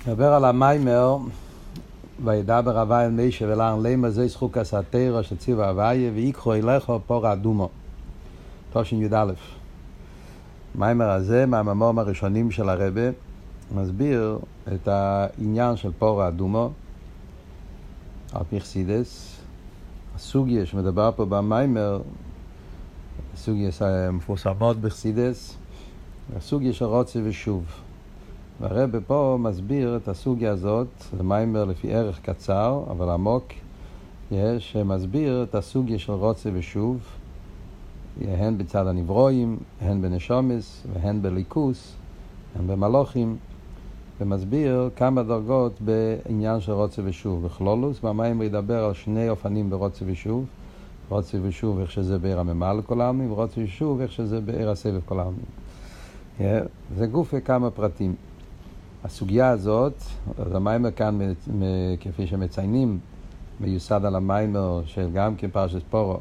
נדבר על המיימר וידבר הווי אל משה ולען למה זה זכוקס התורה שציווה הווי ויקחו אליכו פור אדומו תשי"א. המיימר הזה מהמאמרים הראשונים של הרבי מסביר את העניין של פור אדומו על פי חסידס. הסוגיה שמדבר פה במיימר, הסוגיה מפורסמות בחסידס, הסוגיה של רוצה ושוב. והרבי פה מסביר את הסוגיה הזאת, זה מיימר לפי ערך קצר אבל עמוק, שמסביר את הסוגיה של רוצה ושוב, הן בצד הנברואים, הן בנשומס והן בליכוס, הן במלוכים, ומסביר כמה דרגות בעניין של רוצה ושוב. בכלולוס, והמיימר ידבר על שני אופנים ברוצה ושוב, רוצה ושוב איך שזה בעיר הממל לכל העלמין, ורוצה ושוב איך שזה בעיר הסבב כל העלמין. זה גוף כמה פרטים. הסוגיה הזאת, אז המיימר כאן, כפי שמציינים, מיוסד על המיימר של גם כפרשת פורו,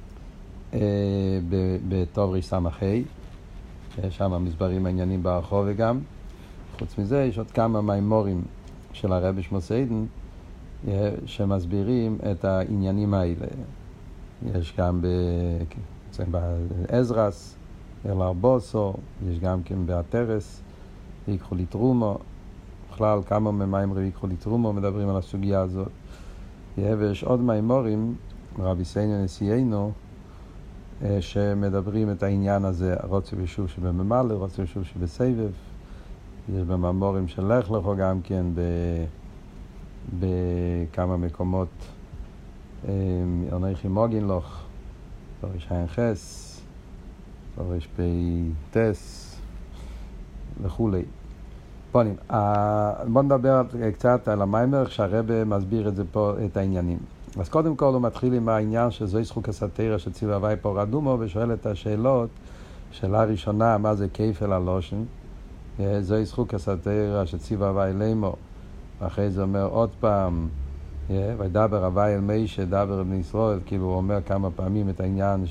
בטוב רס"ה, שם מסברים העניינים ברחוב וגם. חוץ מזה, יש עוד כמה מיימורים של הרבי שמוסיידן, שמסבירים את העניינים האלה. יש גם בעזרס, אלרבוסו, יש גם כן באתרס, ויקחו לי תרומו, בכלל כמה ממיימרים ויקחו לי תרומו מדברים על הסוגיה הזאת. ויש עוד מיימורים, רבי סיינו נשיאנו, שמדברים את העניין הזה, רוצה ושוב שבממלא, רוצה ושוב שבסבב. יש במאמרים של לך לכו גם כן בכמה מקומות, ארנכי מוגין לך, תורש חס, תורש טס וכולי. פונים. בוא נדבר קצת על המיימר, שהרבי מסביר את זה פה, את העניינים. אז קודם כל הוא מתחיל עם העניין שזוהי זכוקס התורה שציווה הווי פור אדומו, ושואל את השאלות. שאלה ראשונה, מה זה כפל הלושן? זוהי זכוקס התורה שציווה הווי לאמו. ואחרי זה אומר עוד פעם, וידבר הווי אל משה, דבר בני ישראל, כאילו הוא אומר כמה פעמים את העניין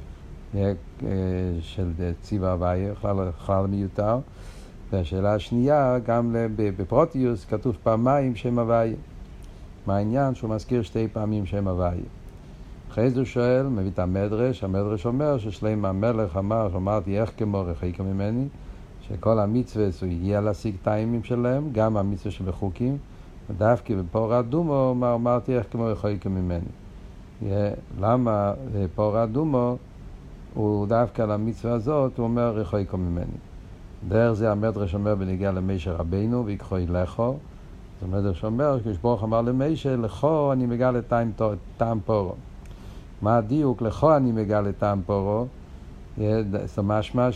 של ציווה הווי, בכלל מיותר. והשאלה השנייה, גם בפרוטיוס כתוב פעמיים שם הווי. מה העניין? שהוא מזכיר שתי פעמים שם הווי. אחרי זה הוא שואל, מביא את המדרש, המדרש אומר ששלמה המלך אמר, שאמרתי איך כמו רחיקה ממני, שכל המצווה הוא הגיע להשיג טיימים שלהם, גם המצווה שבחוקים, ודווקא בפור אדומו אמרתי איך כמו רחיקה ממני. למה פור אדומו הוא דווקא למצווה הזאת, הוא אומר רחיקה ממני. דרך זה המדרש אומר בנגיע למשה רבינו, ויקחו אליכו. אז המדרש אומר, כשברוך אמר למשה, לכו אני מגלה טעם פורו. מה הדיוק? לכו אני מגלה טעם פורו. זה משמע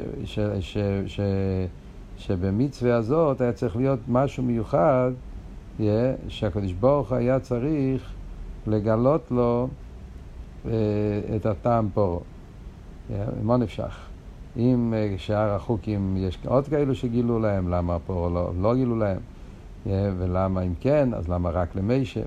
שבמצווה הזאת היה צריך להיות משהו מיוחד, שהקדוש ברוך היה צריך לגלות לו את הטעם פורו. מה נפשך? אם שאר החוקים יש עוד כאלו שגילו להם, למה פה לא גילו להם? ולמה אם כן, אז למה רק למשה?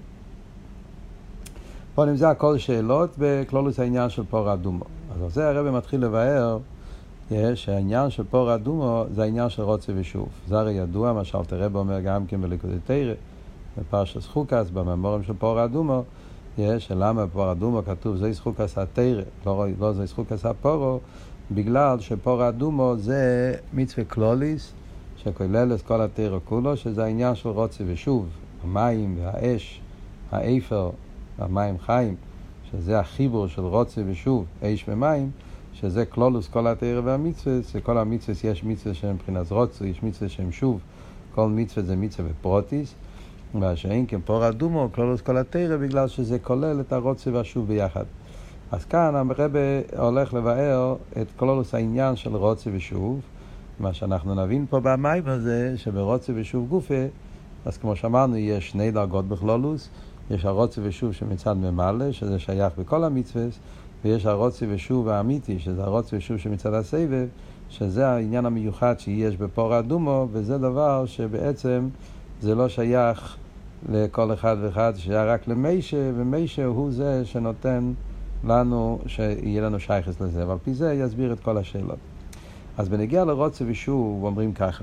פה נמצא הכל שאלות בכלולוס העניין של פור אדומו. אז זה הרבי מתחיל לבאר שהעניין של פור אדומו זה העניין של רוצה ושוב. זה הרי ידוע, מה שאלתר רבי אומר גם כן בליכוד תורה, בפרשת חוקס, במאמרים של פור אדומו, שלמה בפור אדומו כתוב זה זכוקס התורה, לא זה זכוקס הפורו, בגלל שפור אדומו זה מצווה כלוליס שכולל את כל התורה כולו, שזה העניין של רוצה ושוב, המים והאש, האפר, המים חיים, שזה החיבור של רוצה ושוב, אש ומים, שזה כלולוס כל התורה והמצווה. שכל המצווה יש מצווה שהם מבחינת רוצה, יש מצווה שהם שוב, כל מצווה זה מצווה בפרוטיס, והשאין כפור אדומו כלולוס כל התורה, בגלל שזה כולל את הרוצה והשוב ביחד. אז כאן הרבי הולך לבאר את כלולוס העניין של רוצה ושוב. מה שאנחנו נבין פה במיימר הזה, שברוצה ושוב גופה, אז כמו שאמרנו, יש שני דרגות בכלולוס. יש הרוצה ושוב שמצד ממלא, שזה שייך בכל המצוות, ויש הרוצה ושוב האמיתי, שזה הרוצה ושוב שמצד הסבב, שזה העניין המיוחד שיש בפור אדומו, וזה דבר שבעצם זה לא שייך לכל אחד ואחד, שהיה רק למשה, ומשה הוא זה שנותן לנו, שיהיה לנו שייכס לזה, אבל פי זה יסביר את כל השאלות. אז בנגיע לרוצה ושוב אומרים ככה,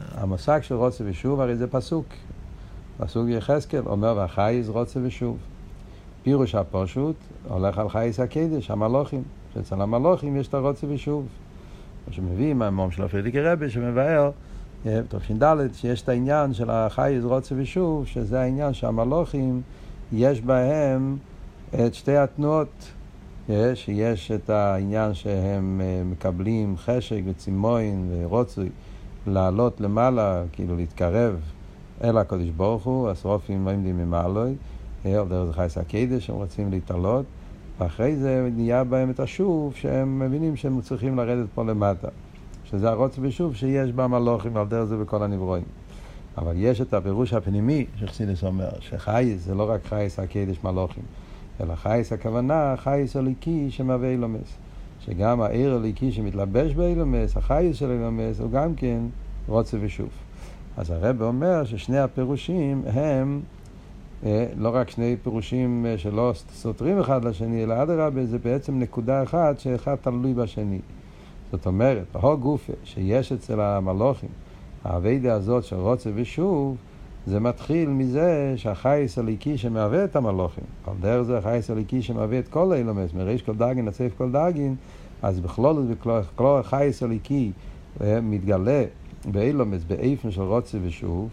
המושג של רוצה ושוב הרי זה פסוק. פסוק יחזקאל אומר והחייס רוצה ושוב. פירוש הפשוט הולך על חייס הקדש, המלוכים. שאצל המלוכים יש את הרוצה ושוב. מה שמביא מהמום של הפרידיקי רבי שמבאר בתש"ד שיש את העניין של החייס רוצה ושוב, שזה העניין שהמלוכים יש בהם את שתי התנועות. שיש את העניין שהם מקבלים חשק וצימוין ורוצוי לעלות למעלה, כאילו להתקרב אל הקדוש ברוך הוא, השרופים עומדים ממעלוי, על דרך חייס הקדש, הם רוצים להתעלות, ואחרי זה נהיה בהם את השוב, שהם מבינים שהם צריכים לרדת פה למטה, שזה הרוצה ושוב שיש במלוכים, על דרך זה בכל הנברואים. אבל יש את הפירוש הפנימי שחסידס אומר, שחייס זה לא רק חייס הקדש מלוכים, אלא חייס הכוונה, חייס אליקי שמהווה אילומס. שגם העיר אליקי שמתלבש באילומס, החייס של אילומס, הוא גם כן רוצה ושוב. אז הרב אומר ששני הפירושים הם לא רק שני פירושים שלא סותרים אחד לשני, אלא אדרבה זה בעצם נקודה אחת שאחד תלוי בשני. זאת אומרת, בהו גופה שיש אצל המלוכים, העבודה הזאת של רוצה ושוב, זה מתחיל מזה שהחייס הליקי שמהווה את המלוכים, על דרך זה החייס הליקי שמהווה את כל האילומס, מריש כל דגין, נצף כל דגין, אז בכלול החייס הליקי מתגלה באילומס, באיפן של רוצה ושוב,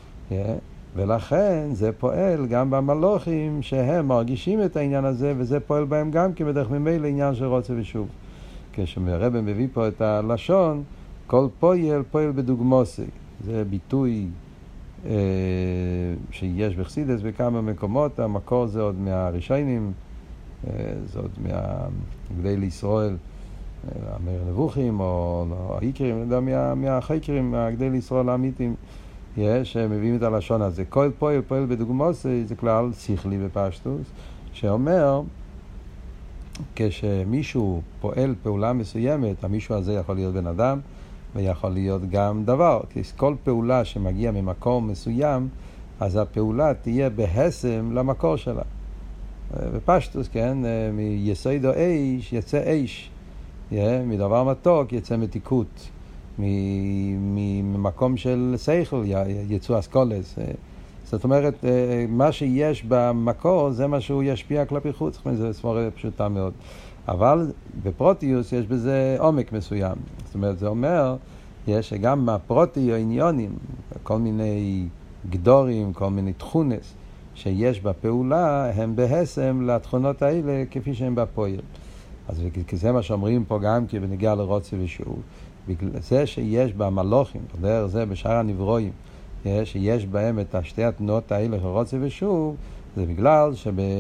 ולכן זה פועל גם במלוכים שהם מרגישים את העניין הזה, וזה פועל בהם גם כבדרך ממילא עניין של רוצה ושוב. כשהרבא מביא פה את הלשון, כל פועל בדוגמוסי, זה ביטוי שיש בחסידס בכמה מקומות, המקור זה עוד מהראשונים, זה עוד כדי לישראל, המאיר נבוכים או העיקרים, אני יודע, מהחיקרים, כדי לישראל האמיתים, שמביאים את הלשון הזה. כל פועל בדוגמוסי, זה כלל שכלי בפשטוס, שאומר, כשמישהו פועל פעולה מסוימת, המישהו הזה יכול להיות בן אדם, ויכול להיות גם דבר. כי כל פעולה שמגיעה ממקור מסוים, אז הפעולה תהיה בהסם למקור שלה. בפשטוס, כן, מיסוד האש יצא אש, מדבר מתוק יצא מתיקות, ממקום של שכל יצאו אסכולס. זאת אומרת, מה שיש במקור זה מה שהוא ישפיע כלפי חוץ. זה סבורה פשוטה מאוד. אבל בפרוטיוס יש בזה עומק מסוים. זאת אומרת, זה אומר, יש גם מהפרוטי או עניונים, כל מיני גדורים, כל מיני תכונס שיש בפעולה, הם בהסם לתכונות האלה כפי שהם בפועל. אז זה מה שאומרים פה גם כי בנגיע לרוצה ושוב. בגלל זה שיש במלוכים, דרך זה בשאר הנברואים, שיש בהם את שתי התנועות האלה של רוצה ושוב, זה בגלל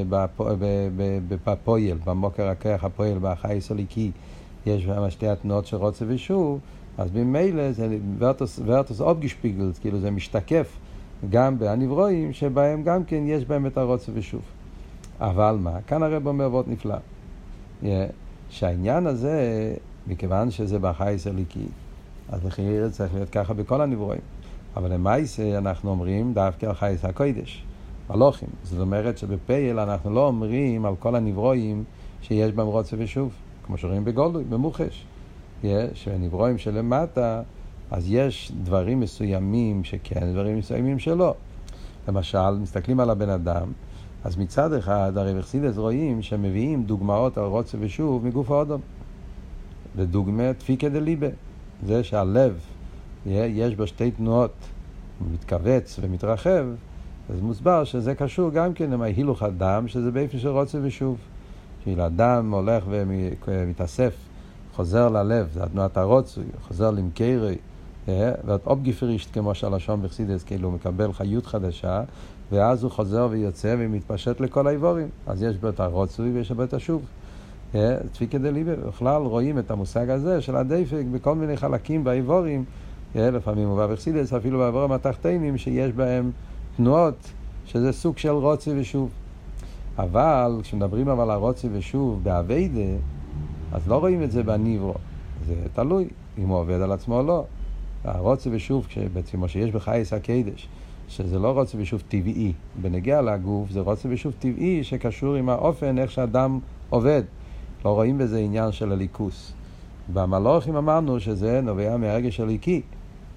שבפועל, במוקר הכח הפועל, בחייס הליקי, יש בהם שתי התנועות של רוצה ושוב, אז במילא זה ורטוס אובגשפיגלט, כאילו זה משתקף גם בנברואים, שבהם גם כן יש בהם את הרוצה ושוב. אבל מה? כאן הרב אומר וורט נפלא. שהעניין הזה, מכיוון שזה בחייס הליקי, אז לכן צריך להיות ככה בכל הנברואים. אבל למעשה אנחנו אומרים דווקא על חייס הקודש, מלוכים. זאת אומרת שבפייל אנחנו לא אומרים על כל הנברואים שיש בהם רוצה ושוב, כמו שאומרים בגולוי, במוחש. שנברואים שלמטה, אז יש דברים מסוימים שכן, דברים מסוימים שלא. למשל, מסתכלים על הבן אדם, אז מצד אחד, הרי בחסידות רואים שמביאים דוגמאות על רוצה ושוב מגוף האדם. ודוגמה דפיקה דליבה. זה שהלב, יש בו שתי תנועות, מתכווץ ומתרחב, אז מוסבר שזה קשור גם כן עם ההילוך הדם, שזה באיפה של רוצה ושוב. כשאדם הולך ומתאסף, חוזר ללב, זה התנועת הרוצוי, חוזר למקרי, ואת אובגיפרישט כמו שהלשון בחסידות, כאילו הוא מקבל חיות חדשה, ואז הוא חוזר ויוצא ומתפשט לכל האיבורים. אז יש בו את הרוצוי ויש בו את השוב. דפיקה דליבה, בכלל רואים את המושג הזה של הדפק בכל מיני חלקים באיבורים, לפעמים הוא בא בחסידות, אפילו באיבורים התחתינים שיש בהם תנועות, שזה סוג של רוצה ושוב. אבל כשמדברים על הרוצה ושוב בעבודה, אז לא רואים את זה בניברו. זה תלוי אם הוא עובד על עצמו או לא. הרוצה ושוב, בעצם מה שיש בחייס הקדש, שזה לא רוצה ושוב טבעי. בנגיע לגוף זה רוצה ושוב טבעי שקשור עם האופן איך שאדם עובד. לא רואים בזה עניין של הליכוס. במלוכים אמרנו שזה נובע מהרגש הליקי,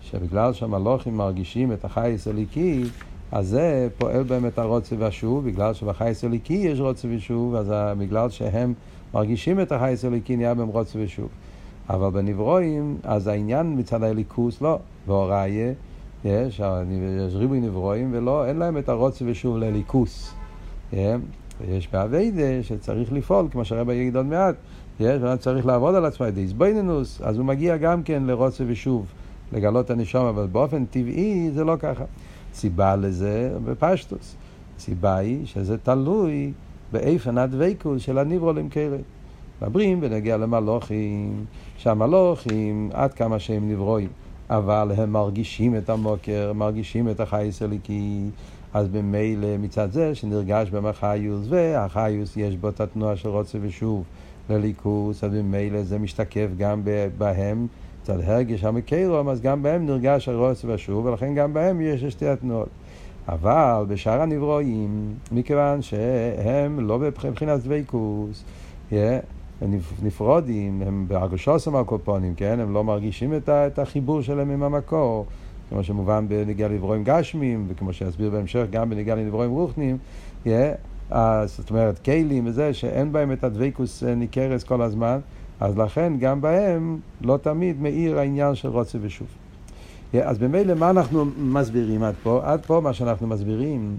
שבגלל שהמלוכים מרגישים את החייס אליקי, אז זה פועל בהם את הרוצה והשוב, בגלל שבחייס אליקי יש רוצה ושוב, אז בגלל שהם מרגישים את החייס אליקי נהיה בהם רוצה ושוב. אבל בנברואים, אז העניין מצד האליקוס לא, והוראיה, יש ריבוי נברואים ולא, אין להם את הרוצה ושוב לאליקוס. יש בעבודה שצריך לפעול, כמו שהרבא יגיד עוד מעט, צריך לעבוד על עצמו, דאיזבוינינוס, אז הוא מגיע גם כן לרוצה ושוב, לגלות הנשום, אבל באופן טבעי זה לא ככה. סיבה לזה בפשטוס. סיבה היא שזה תלוי באיפן הדבקות של הנברולים כאלה. מדברים ונגיע למלוכים, שהמלוכים עד כמה שהם נברואים, אבל הם מרגישים את המוקר, מרגישים את החייס אליקי, אז במילא מצד זה שנרגש בהם החיוס, והחיוס יש בו את התנועה של רוצה ושוב לליכוס, אז במילא זה משתקף גם בהם, מצד הרגש המקרום, אז גם בהם נרגש הרוצה ושוב, ולכן גם בהם יש שתי התנועות. אבל בשאר הנברואים, מכיוון שהם לא בבחינת דבקות, הם נפרודים, הם בהרגשוסם הקופונים, כן? הם לא מרגישים את החיבור שלהם עם המקור, כמו שמובן בנגיע לנברואים גשמים, וכמו שיסביר בהמשך גם בנגיע לנברואים רוחניים, זאת אומרת, כלים וזה, שאין בהם את הדבקוס ניכרס כל הזמן, אז לכן גם בהם לא תמיד מאיר העניין של רוצה ושוב. אז במילא מה אנחנו מסבירים עד פה? עד פה מה שאנחנו מסבירים,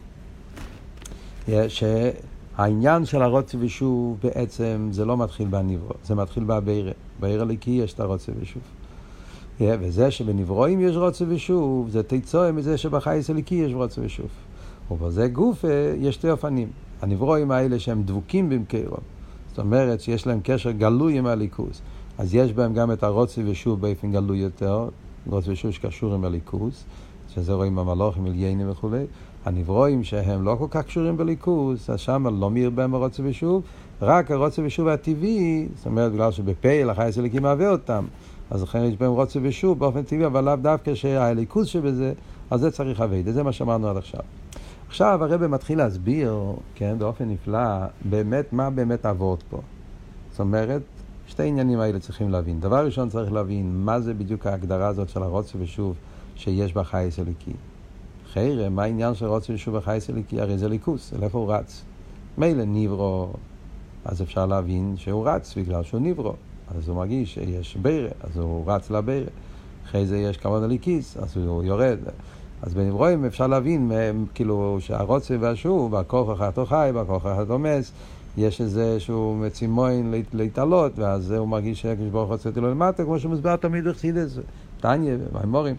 שהעניין של הרוצה ושוב בעצם זה לא מתחיל בנברוא, זה מתחיל בבירה. בירה אליקי יש את הרוצה ושוב. וזה שבנברואים יש רוצה ושוב, זה תיצוע מזה שבחייס אליקי יש רוצה ושוב. ובזה גוף יש שתי אופנים. הנברואים האלה שהם דבוקים במקרם, זאת אומרת שיש להם קשר גלוי עם הליכוס, אז יש בהם גם את הרוצה ושוב באופן גלוי יותר, רוצה ושוב שקשור עם הליכוס, שזה רואים במלוכים עליינים וכו'. הנברואים שהם לא כל כך קשורים בליכוס, אז שם לא מאיר בהם הרוצה ושוב, רק הרוצה ושוב הטבעי, זאת אומרת בגלל שבפעיל החייס אליקי מהווה אותם, אז לכן יש בהם רוצה ושוב באופן טבעי, אבל לאו דווקא שהליכוס שבזה, אז זה צריך עבד, זה מה שאמרנו עד עכשיו. עכשיו הרב מתחיל להסביר, כן, באופן נפלא, באמת מה באמת עבוד פה. זאת אומרת, שתי עניינים האלה צריכים להבין. דבר ראשון צריך להבין מה זה בדיוק ההגדרה הזאת של הרוצה ושוב שיש בחייס אליקי. חיירה, מה העניין של רוצה ושוב בחייס אליקי? הרי זה ליכוס, איפה הוא רץ? מילא נברו, אז אפשר להבין שהוא רץ בגלל שהוא נברו. אז הוא מרגיש שיש בירה, אז הוא רץ לבירה. אחרי זה יש כמון אליקיס, אז הוא יורד. אז בנברואים אפשר להבין כאילו שהרוצה והשוב, בכוח אחת הוא חי, בכוח אחת הוא מס, יש איזשהו מצימוין להתעלות, ואז הוא מרגיש שהקדוש ברוך הוא הוצאתי לו למטה, כמו שמוסבר תמיד בחסידות, תניא ומימורים.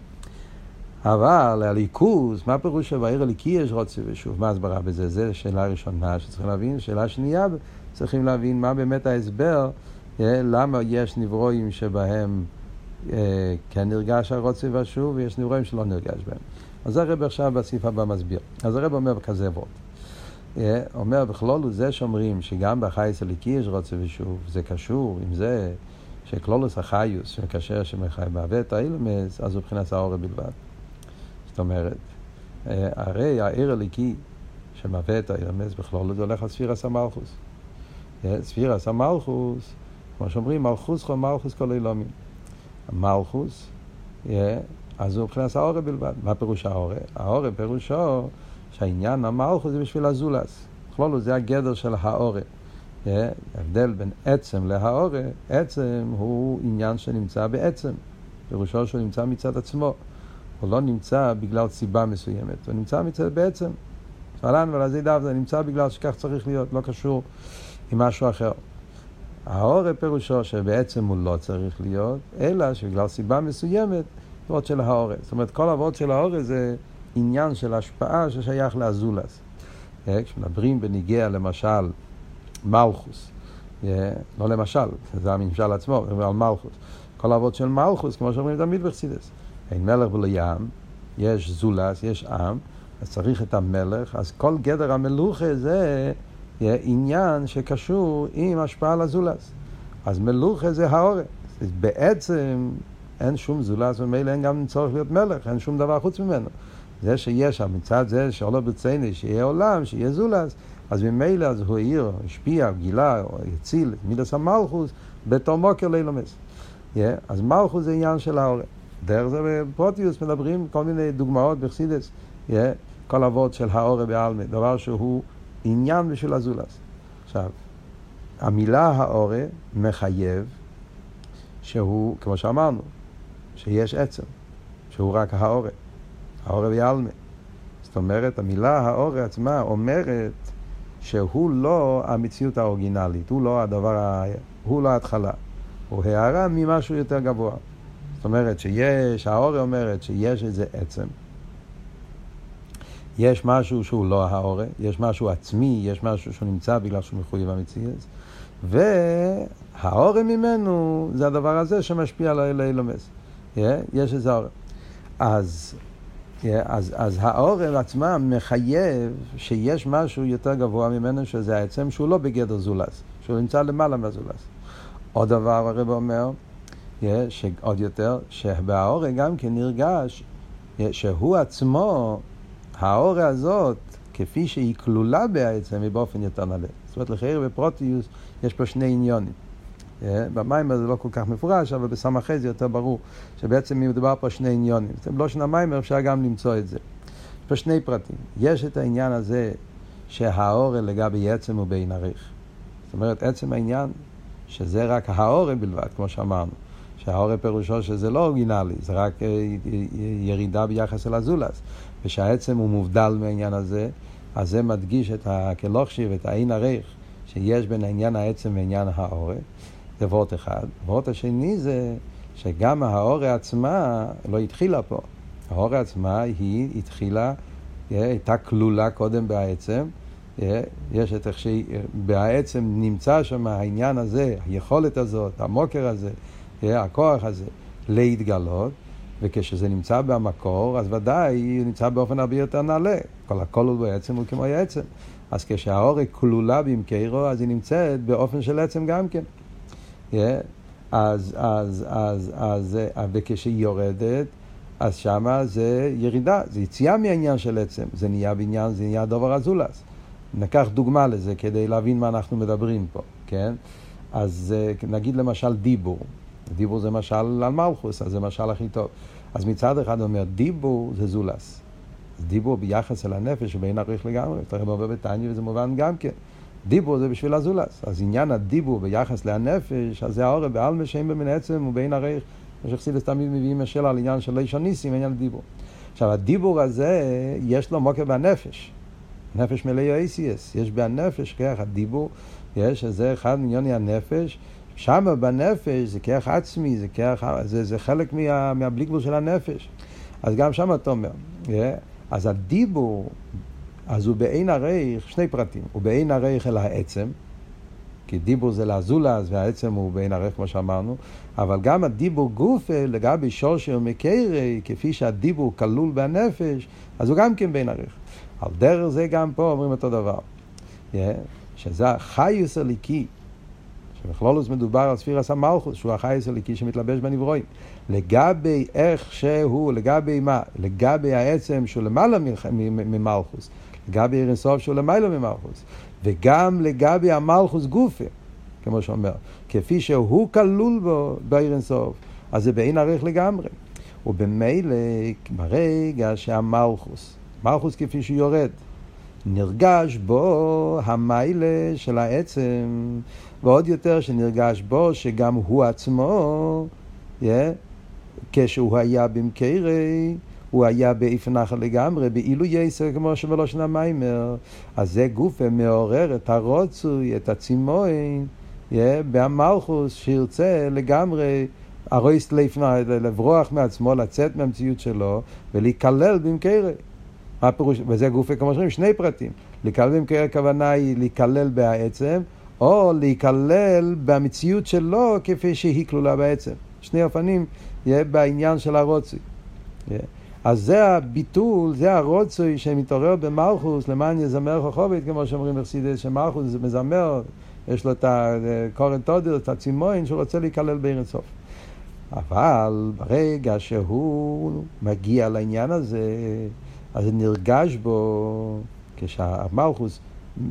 אבל הליכוז, מה פירוש שבעיר אליקי יש רוצה ושוב? מה הסברה בזה? זו שאלה ראשונה שצריכים להבין. שאלה שנייה, צריכים להבין מה באמת ההסבר, למה יש נברואים שבהם כן נרגש הרוצה והשוב, ויש נברואים שלא נרגש בהם. אז הרב עכשיו בסעיף הבא מסביר. אז הרב אומר כזה וורט. אומר בכלולוס זה שאומרים שגם בחייס אליקי יש רוצה ושוב, זה קשור עם זה שכלולוס החיוס שמקשר שמחי בעבד האילמס, אז הוא מבחינת האור בלבד. זאת אומרת, הרי העיר אליקי שמהווה את האילמס בכלולוס זה הולך על ספירס המלכוס. ספירס המלכוס, כמו שאומרים, מלכוס כל מלכוס כל אילומים. המלכוס, אז הוא מבחינת האור בלבד. מה פירוש האור? האור פירושו שהעניין המלכוס זה בשביל הזולס. בכלולוס זה הגדר של האור. ההבדל בין עצם להאור, עצם הוא עניין שנמצא בעצם. פירושו שהוא נמצא מצד עצמו. הוא לא נמצא בגלל סיבה מסוימת. הוא נמצא מצד בעצם. סבלן ולזה דף זה נמצא בגלל שכך צריך להיות, לא קשור עם משהו אחר. האור פירושו שבעצם הוא לא צריך להיות, אלא שבגלל סיבה מסוימת, עבוד של האור. זאת אומרת, כל עבוד של האור זה עניין של השפעה ששייך לאזולס. כשמדברים בניגע למשל מלכוס, לא למשל, זה הממשל עצמו, זה על מלכוס. כל עבוד של מלכוס, כמו שאומרים תמיד בחסידות. אין מלך ולא ים, יש זולס, יש עם, אז צריך את המלך, אז כל גדר המלוכה זה עניין שקשור עם השפעה על הזולס. אז מלוכה זה האור. בעצם אין שום זולס, ומילא אין גם צורך להיות מלך, אין שום דבר חוץ ממנו. זה שיש מצד זה שעולה בצייני, שיהיה עולם, שיהיה זולס, אז ממילא אז הוא העיר, השפיע, גילה, או יציל, מידס המלכוס, בתור מוקר לילומס. אז מלכוס זה עניין של האור. דרך זה בפרוטיוס מדברים כל מיני דוגמאות בחסידס, כל אבות של האורה בעלמא, דבר שהוא עניין בשביל הזולס. עכשיו, המילה האורה מחייב שהוא, כמו שאמרנו, שיש עצם, שהוא רק האורה, האורה בעלמא. זאת אומרת, המילה האורה עצמה אומרת שהוא לא המציאות האורגינלית, הוא לא הדבר, הוא לא ההתחלה, הוא הערה ממשהו יותר גבוה. זאת אומרת שיש, האורה אומרת שיש איזה עצם, יש משהו שהוא לא האורה, יש משהו עצמי, יש משהו שהוא נמצא בגלל שהוא מחויב המציאות, והאורה ממנו זה הדבר הזה שמשפיע על האילומס. יש איזה האורה. אז האורה עצמה מחייב שיש משהו יותר גבוה ממנו, שזה העצם שהוא לא בגדר זולס, שהוא נמצא למעלה מהזולס. עוד דבר הרב אומר, שעוד יותר, שבאורה גם כן נרגש שהוא עצמו, האורה הזאת, כפי שהיא כלולה בעצם, היא באופן יותר נעלה. זאת אומרת, לחייר בפרוטיוס יש פה שני עניונים. במיימר זה לא כל כך מפורש, אבל בסמכי זה יותר ברור, שבעצם מדובר פה שני עניונים. לא שנה מיימר, אפשר גם למצוא את זה. יש פה שני פרטים. יש את העניין הזה שהאורה לגבי עצם הוא בין עריך. זאת אומרת, עצם העניין שזה רק האורה בלבד, כמו שאמרנו. שהאורה פירושו שזה לא אורגינלי, זה רק ירידה ביחס אל הזולס. ושהעצם הוא מובדל מהעניין הזה, אז זה מדגיש את הכלוכשי ואת העין עריך שיש בין העניין העצם ועניין האורה. זה וורט אחד. וורט השני זה שגם האורה עצמה לא התחילה פה. האורה עצמה היא התחילה, הייתה כלולה קודם בעצם. יש את איך שבעצם נמצא שם העניין הזה, היכולת הזאת, המוקר הזה, הכוח הזה, להתגלות, וכשזה נמצא במקור, אז ודאי הוא נמצא באופן הרבה יותר נעלה. הכל הוא בעצם הוא כמו העצם. אז כשהאורה כלולה במקרו, אז היא נמצאת באופן של עצם גם כן. וכשהיא יורדת, אז שמה זה ירידה, זה יציאה מהעניין של עצם, זה נהיה בעניין, זה נהיה דבר הזולס. ניקח דוגמה לזה כדי להבין מה אנחנו מדברים פה, כן? אז נגיד למשל דיבור. דיבור זה משל על מלכוס, אז זה משל הכי טוב. אז מצד אחד אומר, דיבור זה זולס. דיבור ביחס אל הנפש ובין עריך לגמרי. תראה הרבה בתניא וזה מובן גם כן. דיבור זה בשביל הזולס. אז עניין הדיבור ביחס לנפש, אז זה האורה בעלמא שאין במין עצם ובין עריך. מה שחסידות תמיד מביאים השאלה על עניין של ליש הניסים, עניין הדיבור. עכשיו, הדיבור הזה, יש לו מוקר בנפש. נפש מלאי אייסיאס. יש בנפש כך הדיבור, יש, זה אחד מענייני הנפש. שם בנפש זה כך עצמי, זה חלק מהבלי גבול של הנפש. אז גם שם אתה אומר, אז הדיבור, אז הוא בעין עריך, שני פרטים, הוא בעין עריך אל העצם, כי דיבור זה להזולס והעצם הוא בעין עריך כמו שאמרנו, אבל גם הדיבור גוף לגבי שורשי ומקרי, כפי שהדיבור כלול בנפש, אז הוא גם כן בעין עריך. על דרך זה גם פה אומרים אותו דבר, שזה החיוס הליקי, שבכלולוס מדובר על ספירס המלכוס, שהוא החייס הליקי שמתלבש בנברואים. לגבי איך שהוא, לגבי מה? לגבי העצם שהוא למעלה ממלכוס, לגבי אין סוף שהוא למעלה ממלכוס, וגם לגבי המלכוס גופה, כמו שאומר, כפי שהוא כלול בו באין סוף, אז זה בעין עריך לגמרי. ובמילא, ברגע שהמלכוס, מלכוס כפי שהוא יורד, נרגש בו המיילה של העצם, ועוד יותר שנרגש בו שגם הוא עצמו, כשהוא היה במקרי, הוא היה באיפן אחר לגמרי, באילו יסר כמו שבלושן המיימר, אז זה גוף מעורר את הרוצוי, את הצימוין, במלכוס שירצה לגמרי, הרויסט לברוח מעצמו, לצאת מהמציאות שלו, ולהיכלל במקרי. מה הפירוש? וזה גופה כמו שאומרים, שני פרטים. להיכלל במקרה הכוונה היא להיכלל בעצם, או להיכלל במציאות שלו כפי שהיא כלולה בעצם. שני אופנים יהיה בעניין של הרוצוי. אז זה הביטול, זה הרוצוי שמתעורר במלכוס, למען יזמר חוכבית, כמו שאומרים בחסידות, שמלכוס זה מזמר, יש לו את הקורן תודר, את הצימוין, שהוא רוצה להיכלל באין סוף. אבל ברגע שהוא מגיע לעניין הזה, אז נרגש בו, כשהמלכוס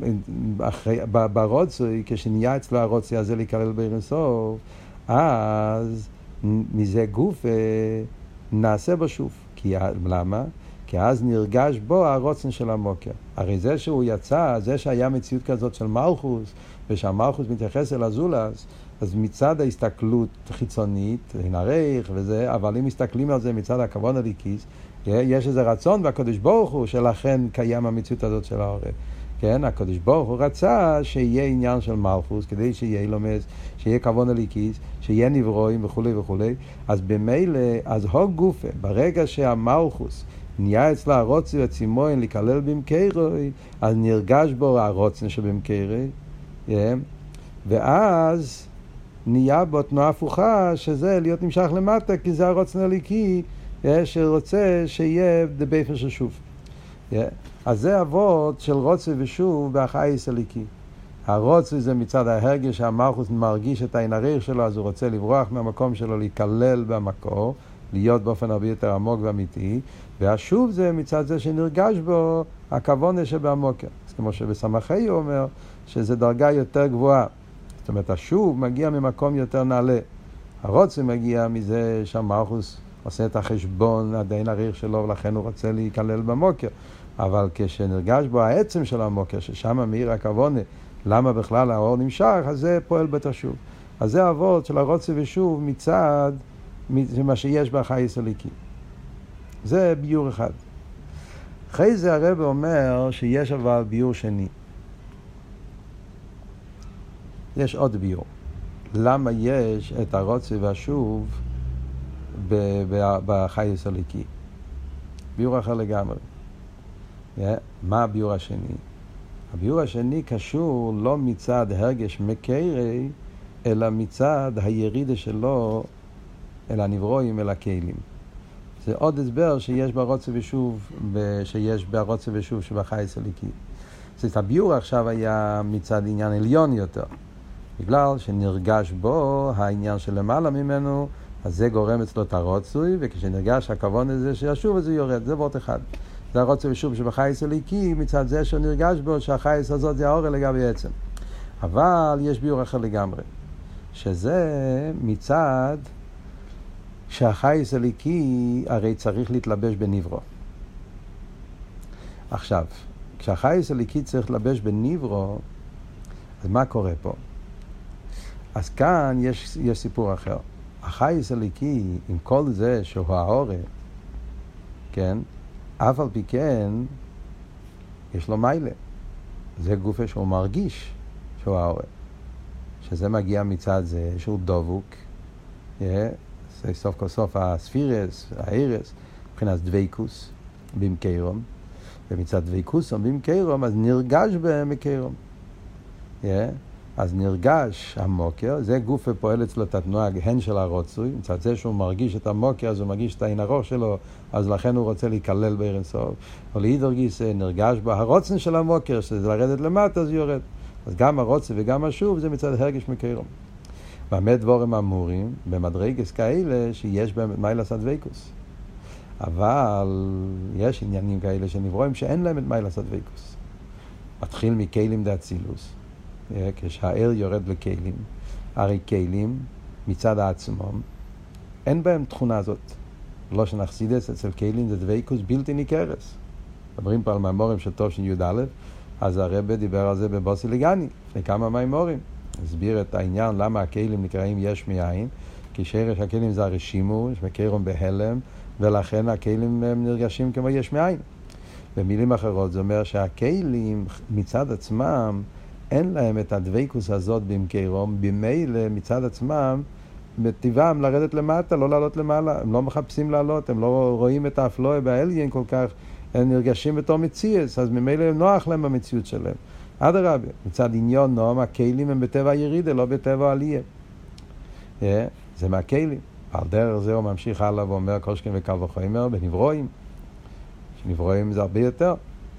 ברוצוי, כשנהיה אצלו הרוצוי הזה להיכלל באין סוף, אז מזה גוף נעשה בו שוב. למה? כי אז נרגש בו הרוצן של המוקר. הרי זה שהוא יצא, זה שהיה מציאות כזאת של מלכוס, ושהמלכוס מתייחס אל הזולס, אז מצד ההסתכלות חיצונית, נערך וזה, אבל אם מסתכלים על זה מצד הכוון הליקיס, יש איזה רצון בקדוש ברוך הוא, שלכן קיים המציאות הזאת של העורף. כן, הקדוש ברוך הוא רצה שיהיה עניין של מלכוס, כדי שיהיה לומס, שיהיה כוון הליקיס, שיהיה נברואים וכו' וכו'. אז במילא, אז הו גופה, ברגע שהמלכוס נהיה אצלה הרוצן וצימון לקלל במקרוי, אז נרגש בו הרוצן שבמקרוי, ואז נהיה בו תנועה הפוכה, שזה להיות נמשך למטה, כי זה הרוצן הליקי, שרוצה שיהיה באופן של שוב. אז זה אבות של רוצה ושוב בהחייס הליקי. הרוצה זה מצד ההרגש שהמלכוס מרגיש את העין הריר שלו, אז הוא רוצה לברוח מהמקום שלו, להיכלל במקור, להיות באופן הרבה יותר עמוק ואמיתי, והשוב זה מצד זה שנרגש בו הכוונה שבעמוקר. אז כמו שבסמכי הוא אומר, שזה דרגה יותר גבוהה. זאת אומרת, השוב מגיע ממקום יותר נעלה. הרוצה מגיע מזה שהמלכוס עושה את החשבון, עדיין הריר שלו, ולכן הוא רוצה להיכלל במוקר. אבל כשנרגש בו העצם של המוקר, ששם מאיר הכוונה, למה בכלל האור נמשך, אז זה פועל בתשוב. אז זה העבוד של הרוצה ושוב מצד מה שיש בחייס הליקי. זה ביור אחד. אחרי זה הרב אומר שיש אבל ביור שני. יש עוד ביור. למה יש את הרוצה והשוב בחייס הליקי? ביור אחר לגמרי. מה הביור השני? הביור השני קשור לא מצד הרגש מקרי, אלא מצד הירידה שלו אל הנברואים, אל הכלים. זה עוד הסבר שיש ברוצה ושוב, שיש ברוצה ושוב שבחייס הליקי. זאת הביור עכשיו היה מצד עניין עליון יותר. בגלל שנרגש בו העניין של למעלה ממנו, אז זה גורם אצלו את הרוצוי, וכשנרגש הכוון הזה שהשוב הזה יורד, זה וורט אחד. זה הרוצה ושוב שבחייס הליקי, מצד זה שנרגש בו שהחייס הזאת זה האור לגבי עצם. אבל יש ביור אחר לגמרי, שזה מצד שהחייס הליקי הרי צריך להתלבש בנברו. עכשיו, כשהחייס הליקי צריך להתלבש בנברו, אז מה קורה פה? אז כאן יש סיפור אחר. החייס הליקי, עם כל זה שהוא האור, כן? אף על פי כן, יש לו מיילה. זה גופה שהוא מרגיש שהוא האור. שזה מגיע מצד זה שהוא דבוק, זה סוף כל סוף הספירס, האירס, מבחינת דוויקוס במקרום, ומצד דוויקוסום במקרום, אז נרגש במקרום. אז נרגש המוקר, זה גופה פועל אצלו את התנועה הן של הרוצוי, מצד זה שהוא מרגיש את המוקר, אז הוא מרגיש את העין הראש שלו, אז לכן הוא רוצה להיכלל בערן סוף. או להידר גיס נרגש בה הרוצן של המוקר, שזה לרדת למטה, אז יורד. אז גם הרוצה וגם השוב זה מצד הרגש מקרום. במה דבורים אמורים? במדרגס כאלה שיש בהם מיילס הדוויקוס. אבל יש עניינים כאלה שנברואים שאין להם את מיילס הדוויקוס. מתחיל מכלים דאצילוס. כשהאל יורד לכלים, הרי כלים מצד העצמם אין בהם תכונה הזאת. לא שנחסידס אצל כלים זה דוויקוס בלתי ניכרס. מדברים פה על מאמורים של טוב של י"א, אז הרב דיבר על זה בבוסי לגני לפני כמה מאמורים, הסביר את העניין למה הכלים נקראים יש מאין, כי שרש הכלים זה הרשימו, יש מקרום בהלם, ולכן הכלים נרגשים כמו יש מאין. במילים אחרות זה אומר שהכלים מצד עצמם אין להם את הדוויקוס הזאת במקרום, במילא מצד עצמם מטבעם לרדת למטה, לא לעלות למעלה. הם לא מחפשים לעלות, הם לא רואים את האפלואה באליין כל כך, הם נרגשים בתור מציאס, אז ממילא נוח להם במציאות שלהם. אדרבה, מצד עניון נועם, הכלים הם בטבע הירידה, לא בטבע עלייה. זה מהכלים. על דרך זה הוא ממשיך הלאה ואומר כל שכן וקל וחומר בנברואים. שנברואים זה הרבה יותר.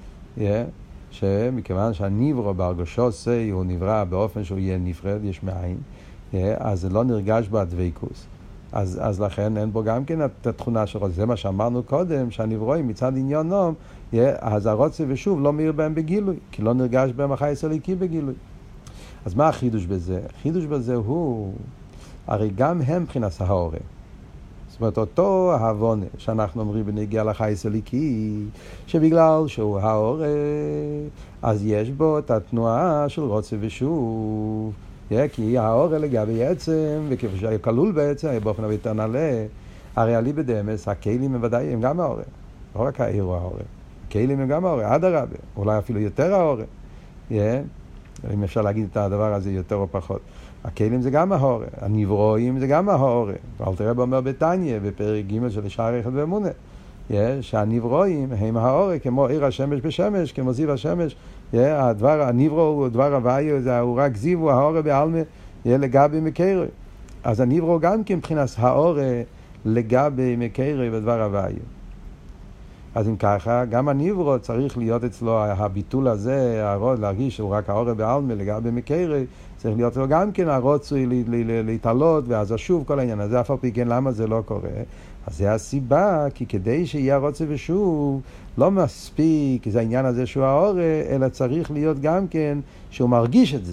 שמכיוון שהנברו בהרגשו זה הוא נברא באופן שהוא יהיה נפרד, יש מאין, אז זה לא נרגש בדוויקוס. אז לכן אין בו גם כן את התכונה שלו. זה מה שאמרנו קודם, שהנברואים מצד עניון נועם, אז הרוצה ושוב לא מאיר בהם בגילוי, כי לא נרגש בהם החייס הליקי בגילוי. אז מה החידוש בזה? החידוש בזה הוא, הרי גם הם מבחינת ההורה. זאת זאת אומרת, אותו ההבונה שאנחנו אומרים בנגיע לחייס אליקי, שבגלל שהוא האור, אז יש בו את התנועה של רוצה ושוב. כי האור לגבי עצם, וכפי שהיה כלול בעצם, היה באופן יותר נעלה, הרי עלי בדמס, הכלים הם ודאי, הם גם האור. לא רק העיר הוא האור. הכלים הם גם האור, עד הרבה. אולי אפילו יותר האור. אם אפשר להגיד את הדבר הזה יותר או פחות. הכלים זה גם האור, הנברואים זה גם האור. אבל תראה באומר בתניא, בפרק ג' של שער אחד ואמונה, שהנברואים הם האור, כמו עיר השמש בשמש, כמו זיו השמש. הנברו הוא דבר הוויה, הוא רק זיו, הוא האור בעלמה, לגבי מקרי. אז הנברו גם כן מבחינת האור לגבי מקרי בדבר הוויה. אז אם ככה, גם הנברו צריך להיות אצלו הביטול הזה, להרגיש שהוא רק האור בעלמה לגבי מקרי, צריך להיות לו גם כן הרוצוי להתעלות, ואז שוב כל העניין הזה, אף על פי כן למה זה לא קורה. אז זה הסיבה, כי כדי שיהיה הרוצוי ושוב, לא מספיק, זה העניין הזה שהוא האור, אלא צריך להיות גם כן שהוא מרגיש את זה.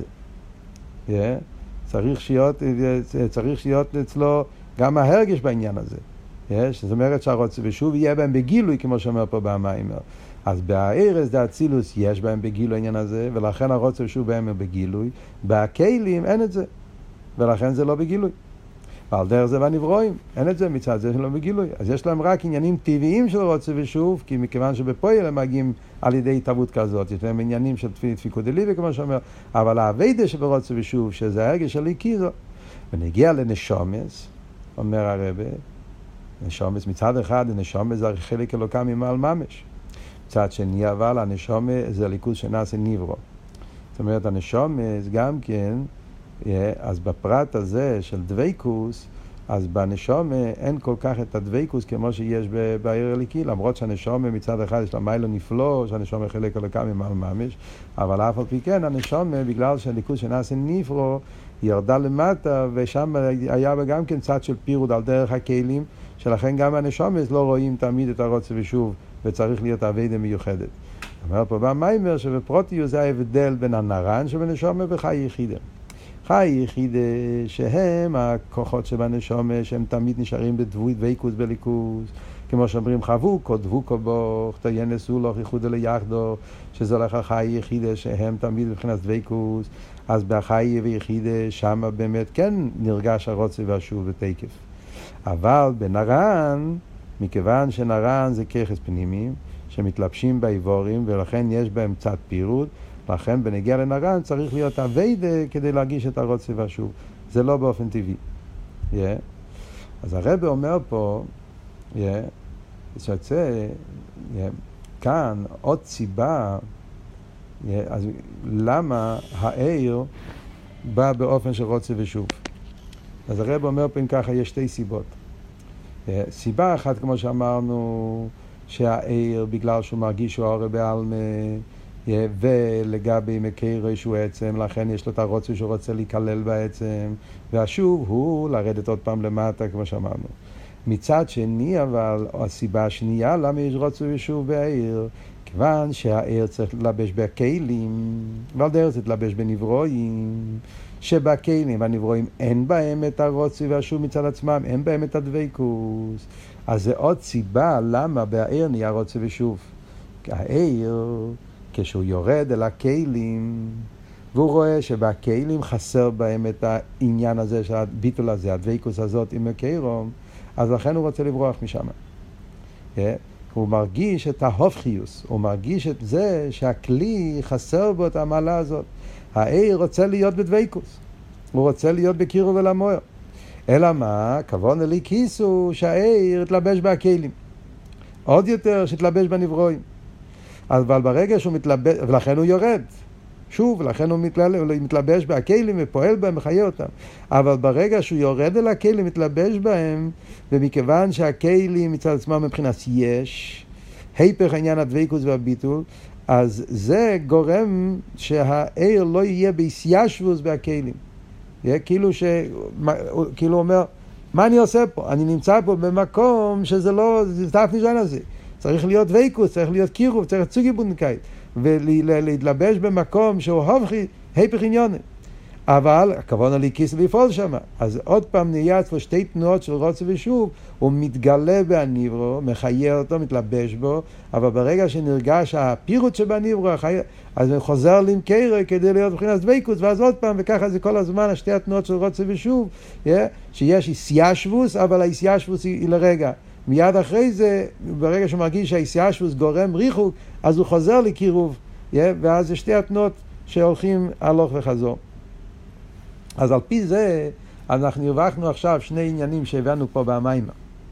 צריך להיות אצלו גם ההרגש בעניין הזה. זאת אומרת שהרוצוי ושוב יהיה בהם בגילוי, כמו שאומר פה במים. אז בארץ דאצילוס יש בהם בגילוי העניין הזה, ולכן הרוצוי ושוב בהם בגילוי. בכלים אין את זה, ולכן זה לא בגילוי. ועל דרך זה בנברואים, אין את זה מצד זה שלא בגילוי. אז יש להם רק עניינים טבעיים של רוצה ושוב, כי מכיוון שבפועל הם מגיעים על ידי התאבות כזאת, יש להם עניינים של דפיקות דליבה, כמו שאומר, אבל העבודה שברוצה ושוב, שזה הרגש של איקיזו, ונגיע לנשומס, אומר הרבה, נשומס מצד אחד, נשומס זה חלק אלוקם ממעל ממש. מצד שני, אבל הנשומס זה ליכוז שנעשה נברו. זאת אומרת, הנשומס גם כן, אז בפרט הזה של דוויקוס, אז בנשום אין כל כך את הדוויקוס כמו שיש בעיר אליקי, למרות שהנשום מצד אחד יש לה מיילו נפלא, שהנשום חלק אלוקם ממעל ממש, אבל אף על פי כן הנשום, בגלל שהליכוז שנעשה נפרו, ירדה למטה, ושם היה גם כן צד של פירוד על דרך הכלים, שלכן גם הנשומס לא רואים תמיד את הרוצה ושוב, וצריך להיות עבודה מיוחדת. אומר פה במיימר שבפרוטיוס זה ההבדל בין הנרן שבנשום וחי יחידה. חי יחידה שהם הכוחות שבנשום שהם תמיד נשארים בדוויקוס בליכוס, כמו שאומרים חבוקו, דבוקו בו, תיינסו לו, ייחודו ליחדו, שזה הולך על חי יחידה שהם תמיד מבחינת דוויקוס, אז בחי ויחידה שם באמת כן נרגש הרוצה והשוב ותקף. אבל בנרן, מכיוון שנרן זה ככס פנימיים, שמתלבשים באיבורים ולכן יש בהם צד פירוד, לכן בנגיע לנרן צריך להיות עבודה כדי להרגיש את הרוצה והשוב. זה לא באופן טבעי. אז הרב אומר פה, שיוצא כאן עוד סיבה, אז למה העיר בא באופן של רוצה ושוב. אז הרב אומר פה אם ככה יש שתי סיבות. סיבה אחת כמו שאמרנו, שהעיר בגלל שהוא מרגיש שהוא האור בעלמה, ולגבי מקרי שהוא עצם, לכן יש לו את הרוצה שהוא רוצה להיכלל בעצם, והשוב הוא לרדת עוד פעם למטה כמו שאמרנו. מצד שני אבל, הסיבה השנייה למה יש רוצה ושוב בעיר, כיוון שהעיר צריך ללבש בכלים, ועל דרך זה ללבש בנברואים, שבכלים והנברואים אין בהם את הרוצה והשוב מצד עצמם, אין בהם את הדוויקוס. אז זה עוד סיבה למה בעיר נהיה רוצה ושוב. העיר כשהוא יורד אל הכלים, והוא רואה שבכלים חסר בהם את העניין הזה, שהביטול הזה, הדוויקוס הזאת עם הקיירום, אז לכן הוא רוצה לברוח משם. הוא מרגיש את ההופכיוס, הוא מרגיש את זה שהכלי חסר בו את המעלה הזאת. העיר רוצה להיות בדוויקוס, הוא רוצה להיות בקירוב ולמויר. אלא מה? כוון אלי כיסו שהעיר יתלבש בכלים. עוד יותר שתלבש בנברואים. אבל ברגע שהוא מתלבש, ולכן הוא יורד. שוב, לכן הוא מתלבש בכלים ופועל בהם וחיה אותם. אבל ברגע שהוא יורד אל הכלים, מתלבש בהם, ומכיוון שהכלים מצד עצמם מבחינת יש, היפך העניין הדוויקוס והביטול, אז זה גורם שהעיר לא יהיה בהסיישבוס בכלים. כאילו הוא אומר, מה אני עושה פה? אני נמצא פה במקום שזה לא, זה תף נשען הזה. צריך להיות ויקוס, צריך להיות קירוב, צריך צוגי בונקאית, ולהתלבש במקום שהוא הופכי, היפך עניון. אבל הכוון הליקיס לפעול שם. אז עוד פעם נהיה אצלו שתי תנועות של רוצה ושוב, הוא מתגלה בהניברו, מחיה אותו, מתלבש בו, אבל ברגע שנרגש הפירוט שבניברו, אז הוא חוזר למקרה כדי להיות מבחינת דבקות, ואז עוד פעם, וככה זה כל הזמן, השתי התנועות של רוצה ושוב, שיש איסיישבוס, אבל האיסיישבוס היא לרגע. מיד אחרי זה, ברגע שהוא מרגיש שהאיסיישבוס גורם ריחוק, אז הוא חוזר לקירוב, ואז זה שתי התנועות שהולכים הלוך וחזור. אז על פי זה, אנחנו הרווחנו עכשיו שני עניינים שהבאנו פה במיימר.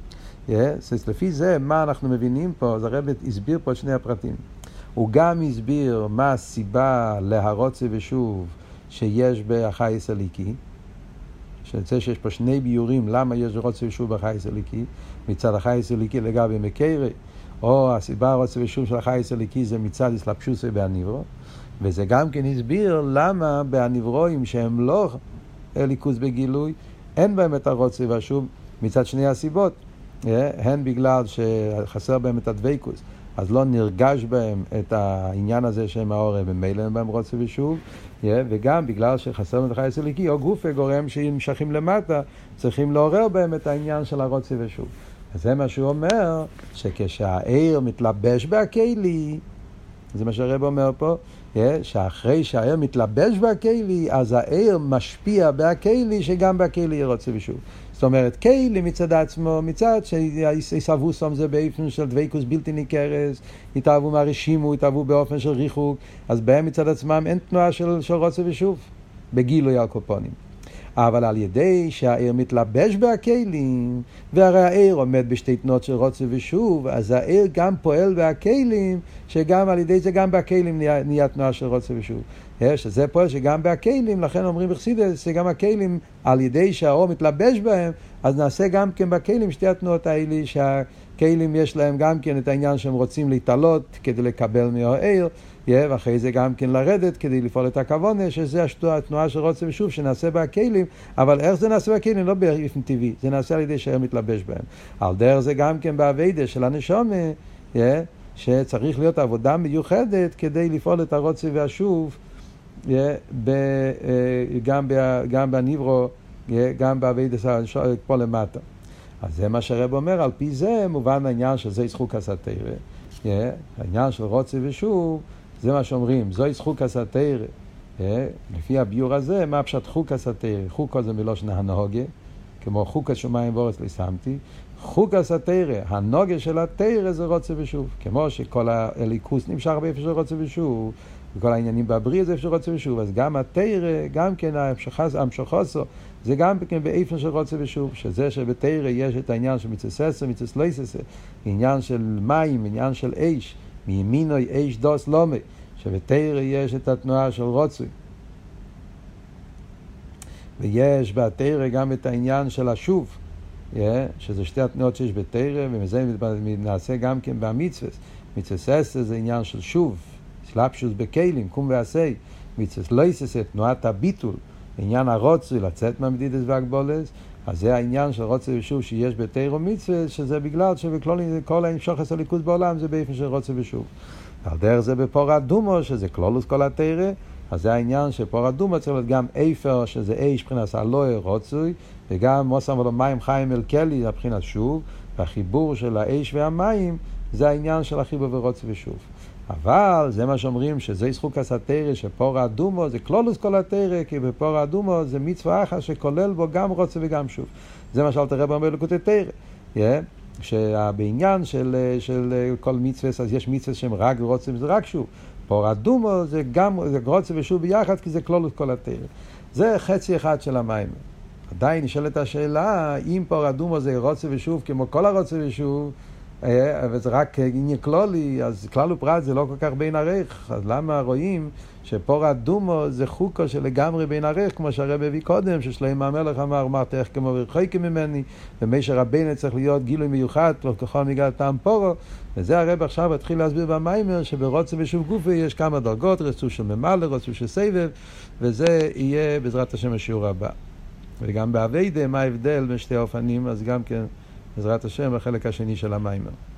לפי זה, מה אנחנו מבינים פה, אז הרב הסביר פה את שני הפרטים. הוא גם הסביר מה הסיבה להרוצה ושוב שיש בחייס הליקי, שיוצא שיש פה שני ביורים למה יש רוצה ושוב בחייס הליקי, מצד החייס הליקי לגבי מקרה, או הסיבה הרוצה ושוב של החייס הליקי זה מצד הסלבשוס בהניברו, וזה גם כן הסביר למה בהניברואים שהם לא ליכוז בגילוי, אין בהם את הרוצה והשוב מצד שני הסיבות, הן בגלל שחסר בהם את הדבקות, אז לא נרגש בהם את העניין הזה שהם האור, במילא הם בהם רוצה ושוב, וגם בגלל שחסר בהם את החייס הליקי, או גופה גורם שנמשכים למטה, צריכים לעורר בהם את העניין של הרוצה ושוב. וזה מה שהוא אומר, שכשהעיר מתלבש בהכלי, זה מה שהרב אומר פה, שאחרי שהעיר מתלבש בהכלי, אז העיר משפיע בהכלי, שגם בהכלי יהיה רוצה ושוב. זאת אומרת, כלי מצד עצמו, מצד שיסבו סום זה באופן של דבקוס בלתי ניכרס, יתאהבו מהרשימו, יתאהבו באופן של ריחוק, אז בהם מצד עצמם אין תנועה של רוצה ושוב, בגילוי הקופונים. אבל על ידי שהעיר מתלבש בהכלים, והרי העיר עומד בשתי תנועות של רוצה ושוב, אז העיר גם פועל בהכלים, שגם על ידי זה גם בהכלים נהיה תנועה של רוצה ושוב. שזה פועל שגם בהכלים, לכן אומרים בחסידות שגם הכלים, על ידי שהאור מתלבש בהם, אז נעשה גם כן בכלים שתי התנועות האלה, שהכלים יש להם גם כן את העניין שהם רוצים להתעלות כדי לקבל מהעיר, ואחרי זה גם כן לרדת כדי לפעול את הכוונה, שזה התנועה של רוצה ושוב שנעשה בהכלים, אבל איך זה נעשה בהכלים? לא באופן טבעי, זה נעשה על ידי שהעיר מתלבש בהם. על דרך זה גם כן בעבודה של הנשמה, שצריך להיות עבודה מיוחדת כדי לפעול את הרוצה והשוב, גם בניברו, גם בעבודה פה למטה. אז זה מה שהרב אומר, על פי זה מובן העניין שזה זכוק הסתירה. העניין של רוצה ושוב, זה מה שאומרים, זו זכוק הסתירה. לפי הביור הזה, מה פשט חוק הסתירה? חוק זה מלושן הנהוגה, כמו חוק השמיים וארץ לא שמתי. חוק הסתירה, הנוגה של התירה זה רוצה ושוב. כמו שכל הליכוס נמשך באיפה של רוצה ושוב, וכל העניינים בבריא זה איפה של רוצה ושוב, אז גם התירה, גם כן המשכוסו, זה גם כן באיפה של רוצה ושוב, שזה שבתירה יש את העניין של מצססה, מצסלויססה, עניין של מים, עניין של אש, מימינו אש דוס לומי, שבתירה יש את התנועה של רוצוי. ויש בתירה גם את העניין של השוב, שזה שתי התנועות שיש בתירה, ומזה נעשה גם כן במצווה. מצססה זה עניין של שוב, סלאפשוס בכלים, קום ועשי, מצסלויססה, תנועת הביטול, עניין הרוצוי, לצאת מהמדידס והגבולס, אז זה העניין של רוצה ושוב שיש בתירה ומצווה, שזה בגלל שבכל המשוחס הליכוז בעולם זה באופן של רוצה ושוב. על דרך זה בפור אדומו, שזה כלולוס כל התירה, אז זה העניין שפור אדומו צריך להיות גם איפר, שזה איש מבחינת אלוהי רוצוי, וגם מוסם ולא מים חיים אל כלי, זה מבחינת שוב, והחיבור של האש והמים, זה העניין של החיבור ורוצוי ושוב. אבל זה מה שאומרים שזה זכוק הסתירה, שפור האדומו זה כלולוס כל התירה, כי בפור האדומו זה מצווה אחת שכולל בו גם רוצה וגם שוב. זה מה שאלת הרב אומר לקוטי תירה, שבעניין של כל מצווה, אז יש מצווה שהם רק רוצה וזה רק שוב. פור האדומו זה גם זה רוצה ושוב ביחד, כי זה כלולוס כל התירה. זה חצי אחד של המים. עדיין נשאלת השאלה, אם פור האדומו זה רוצה ושוב כמו כל הרוצה ושוב, וזה רק עניין כלולי, אז כלל ופרט זה לא כל כך בין ערך. אז למה רואים שפור אדומו זה חוקו שלגמרי בין ערך, כמו שהרב הביא קודם, ששלמה המלך אמר, אמרתך כמו ורחוקי ממני, ומשה רבינו צריך להיות גילוי מיוחד, ככל מגל טעם פורו. וזה הרב עכשיו התחיל להסביר במיימר, שברוצה ושוב גופי יש כמה דרגות, רצו של ממלא, רצו של סבב, וזה יהיה בעזרת השם השיעור הבא. וגם בעבודה, מה ההבדל בין שתי האופנים, אז גם כן בעזרת השם החלק השני של המיימר.